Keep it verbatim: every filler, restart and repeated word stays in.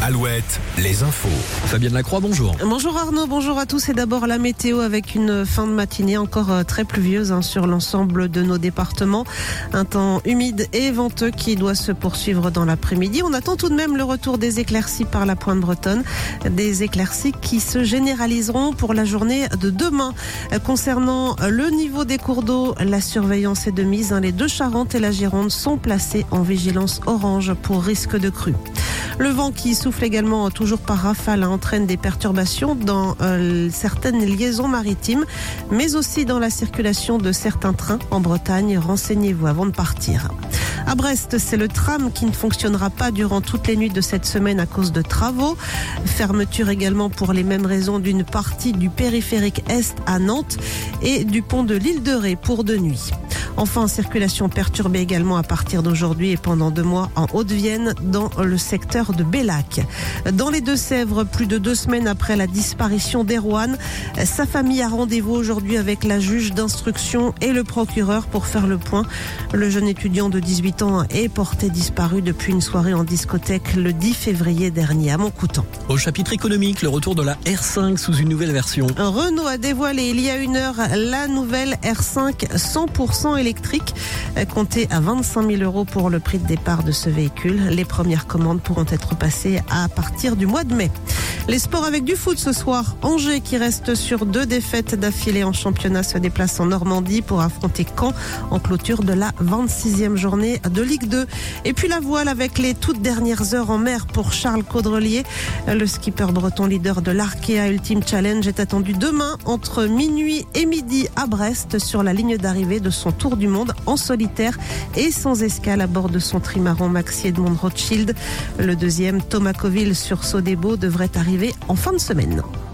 Alouette, les infos. Fabienne Lacroix, bonjour. Bonjour Arnaud, bonjour à tous. Et d'abord la météo avec une fin de matinée encore très pluvieuse hein, sur l'ensemble de nos départements. Un temps humide et venteux qui doit se poursuivre dans l'après-midi. On attend tout de même le retour des éclaircies par la pointe bretonne. Des éclaircies qui se généraliseront pour la journée de demain. Concernant le niveau des cours d'eau, la surveillance est de mise. Hein. Les deux Charentes et la Gironde sont placées en vigilance orange pour risque de crue. Le vent qui souffle également toujours par rafale hein, entraîne des perturbations dans euh, certaines liaisons maritimes, mais aussi dans la circulation de certains trains en Bretagne. Renseignez-vous avant de partir. À Brest, c'est le tram qui ne fonctionnera pas durant toutes les nuits de cette semaine à cause de travaux. Fermeture également pour les mêmes raisons d'une partie du périphérique Est à Nantes et du pont de l'île de Ré pour deux nuits. Enfin, circulation perturbée également à partir d'aujourd'hui et pendant deux mois en Haute-Vienne dans le secteur de Bellac. Dans les Deux-Sèvres, plus de deux semaines après la disparition d'Erwan, sa famille a rendez-vous aujourd'hui avec la juge d'instruction et le procureur pour faire le point. Le jeune étudiant de dix-huit ans est porté disparu depuis une soirée en discothèque le dix février dernier à Montcoutan. Au chapitre économique, le retour de la R cinq sous une nouvelle version. Renault a dévoilé il y a une heure la nouvelle R cinq cent pour cent électrique, comptée à vingt-cinq mille euros pour le prix de départ de ce véhicule. Les premières commandes pourront être passées à partir du mois de mai. Les sports avec du foot ce soir. Angers, qui reste sur deux défaites d'affilée en championnat, se déplace en Normandie pour affronter Caen en clôture de la vingt-sixième journée de Ligue deux. Et puis la voile avec les toutes dernières heures en mer pour Charles Caudrelier. Le skipper breton leader de l'Arkea Ultimate Challenge est attendu demain entre minuit et midi à Brest sur la ligne d'arrivée de son tour du monde en solitaire et sans escale à bord de son trimaran Maxi Edmond Rothschild. Le deuxième, Thomas Coville sur Sodebo, devrait arriver en fin de semaine.